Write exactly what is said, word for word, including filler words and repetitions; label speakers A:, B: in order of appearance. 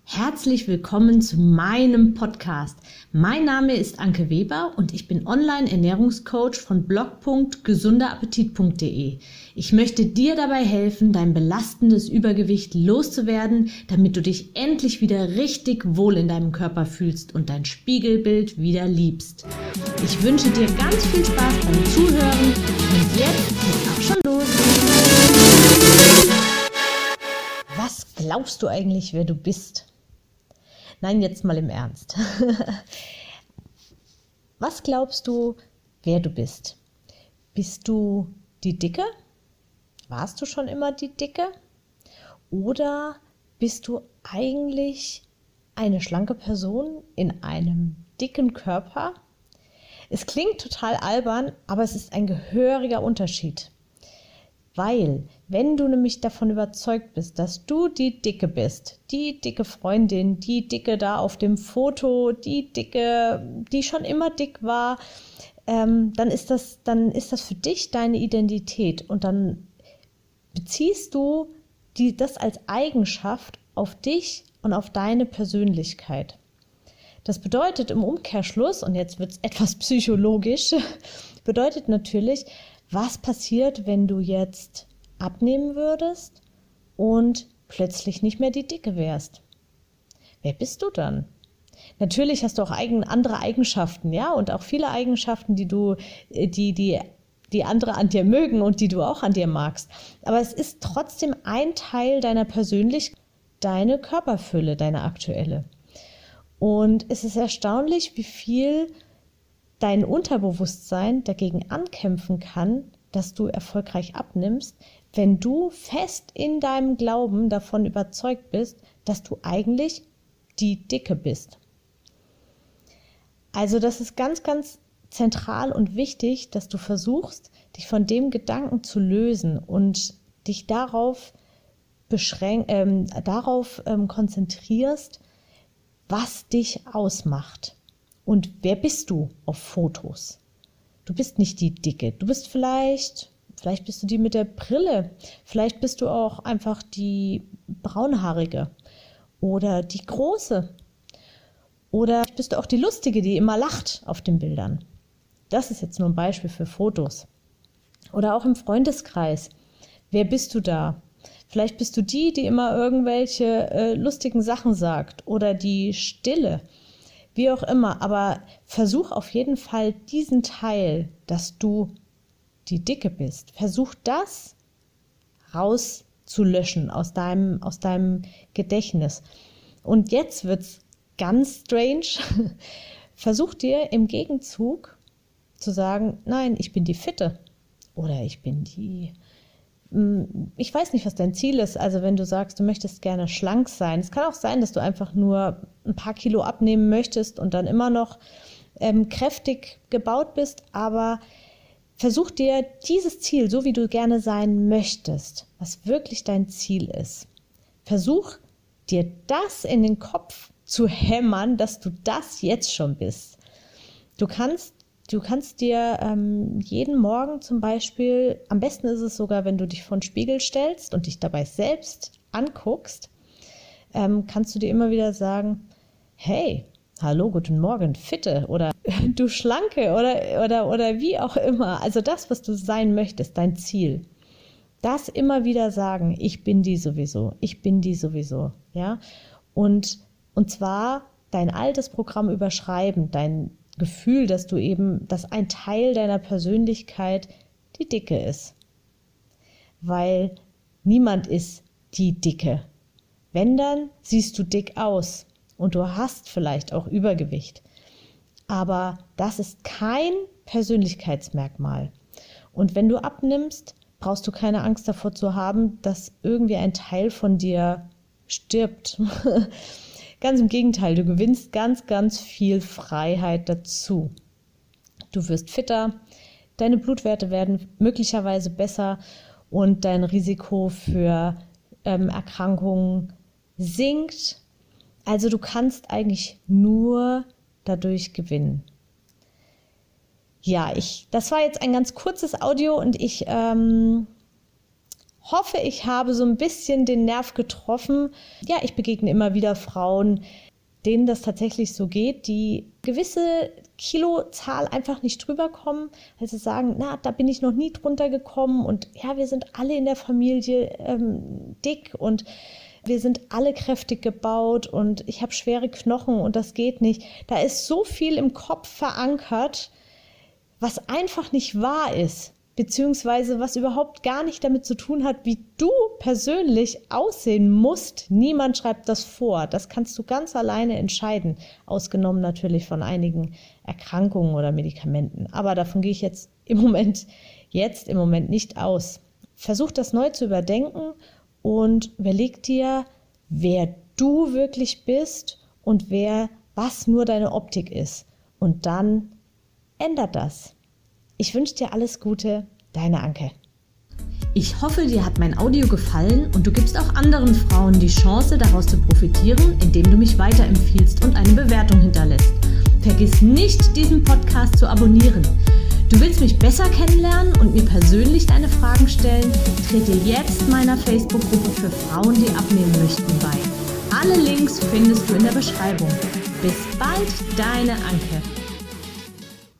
A: Herzlich willkommen zu meinem Podcast. Mein Name ist Anke Weber und ich bin Online-Ernährungscoach von blog punkt gesunder appetit punkt de. Ich möchte dir dabei helfen, dein belastendes Übergewicht loszuwerden, damit du dich endlich wieder richtig wohl in deinem Körper fühlst und dein Spiegelbild wieder liebst. Ich wünsche dir ganz viel Spaß beim Zuhören und jetzt geht's auch schon los. Was glaubst du eigentlich, wer du bist? Nein, jetzt mal im Ernst. Was glaubst du, wer du bist? Bist du die Dicke? Warst du schon immer die Dicke? Oder bist du eigentlich eine schlanke Person in einem dicken Körper? Es klingt total albern, aber es ist ein gehöriger Unterschied. Weil, wenn du nämlich davon überzeugt bist, dass du die Dicke bist, die dicke Freundin, die Dicke da auf dem Foto, die Dicke, die schon immer dick war, ähm, dann ist das, dann ist das für dich deine Identität und dann beziehst du die, das als Eigenschaft auf dich und auf deine Persönlichkeit. Das bedeutet im Umkehrschluss, und jetzt wird es etwas psychologisch, bedeutet natürlich, was passiert, wenn du jetzt abnehmen würdest und plötzlich nicht mehr die Dicke wärst? Wer bist du dann? Natürlich hast du auch eigen, andere Eigenschaften, ja, und auch viele Eigenschaften, die du, die, die, die andere an dir mögen und die du auch an dir magst. Aber es ist trotzdem ein Teil deiner Persönlichkeit, deine Körperfülle, deine aktuelle. Und es ist erstaunlich, wie viel dein Unterbewusstsein dagegen ankämpfen kann, dass du erfolgreich abnimmst, wenn du fest in deinem Glauben davon überzeugt bist, dass du eigentlich die Dicke bist. Also das ist ganz, ganz zentral und wichtig, dass du versuchst, dich von dem Gedanken zu lösen und dich darauf, beschränk, ähm, darauf ähm, konzentrierst, was dich ausmacht. Und wer bist du auf Fotos? Du bist nicht die Dicke. Du bist vielleicht, vielleicht bist du die mit der Brille. Vielleicht bist du auch einfach die braunhaarige oder die große. Oder bist du auch die Lustige, die immer lacht auf den Bildern. Das ist jetzt nur ein Beispiel für Fotos. Oder auch im Freundeskreis. Wer bist du da? Vielleicht bist du die, die immer irgendwelche äh, lustigen Sachen sagt oder die Stille. Wie auch immer, aber versuch auf jeden Fall diesen Teil, dass du die Dicke bist, versuch das rauszulöschen aus deinem, aus deinem Gedächtnis. Und jetzt wird's ganz strange. Versuch dir im Gegenzug zu sagen, nein, ich bin die Fitte oder ich bin die... Ich weiß nicht, was dein Ziel ist. Also wenn du sagst, du möchtest gerne schlank sein. Es kann auch sein, dass du einfach nur ein paar Kilo abnehmen möchtest und dann immer noch ähm, kräftig gebaut bist. Aber versuch dir dieses Ziel, so wie du gerne sein möchtest, was wirklich dein Ziel ist. Versuch dir das in den Kopf zu hämmern, dass du das jetzt schon bist. Du kannst Du kannst dir ähm, jeden Morgen zum Beispiel, am besten ist es sogar, wenn du dich vor den Spiegel stellst und dich dabei selbst anguckst, ähm, kannst du dir immer wieder sagen, hey, hallo, guten Morgen, Fitte oder du Schlanke oder, oder, oder wie auch immer. Also das, was du sein möchtest, dein Ziel. Das immer wieder sagen, ich bin die sowieso, ich bin die sowieso. Ja? Und, und zwar dein altes Programm überschreiben, dein Gefühl, dass du eben, dass ein Teil deiner Persönlichkeit die Dicke ist. Weil niemand ist die Dicke. Wenn, dann siehst du dick aus und du hast vielleicht auch Übergewicht. Aber das ist kein Persönlichkeitsmerkmal. Und wenn du abnimmst, brauchst du keine Angst davor zu haben, dass irgendwie ein Teil von dir stirbt. Ganz im Gegenteil, du gewinnst ganz, ganz viel Freiheit dazu. Du wirst fitter, deine Blutwerte werden möglicherweise besser und dein Risiko für ähm, Erkrankungen sinkt. Also du kannst eigentlich nur dadurch gewinnen. Ja, ich, das war jetzt ein ganz kurzes Audio und ich ähm, hoffe, ich habe so ein bisschen den Nerv getroffen. Ja, ich begegne immer wieder Frauen, denen das tatsächlich so geht, die gewisse Kilozahl einfach nicht drüber kommen, weil sie sagen, na, da bin ich noch nie drunter gekommen und ja, wir sind alle in der Familie ähm, dick und wir sind alle kräftig gebaut und ich habe schwere Knochen und das geht nicht. Da ist so viel im Kopf verankert, was einfach nicht wahr ist, beziehungsweise was überhaupt gar nicht damit zu tun hat, wie du persönlich aussehen musst. Niemand schreibt das vor. Das kannst du ganz alleine entscheiden, ausgenommen natürlich von einigen Erkrankungen oder Medikamenten. Aber davon gehe ich jetzt im Moment, jetzt im Moment nicht aus. Versuch das neu zu überdenken und überleg dir, wer du wirklich bist und wer, was nur deine Optik ist. Und dann ändert das. Ich wünsche dir alles Gute, deine Anke.
B: Ich hoffe, dir hat mein Audio gefallen und du gibst auch anderen Frauen die Chance, daraus zu profitieren, indem du mich weiterempfiehlst und eine Bewertung hinterlässt. Vergiss nicht, diesen Podcast zu abonnieren. Du willst mich besser kennenlernen und mir persönlich deine Fragen stellen? Trete jetzt meiner Facebook-Gruppe für Frauen, die abnehmen möchten, bei. Alle Links findest du in der Beschreibung. Bis bald, deine Anke.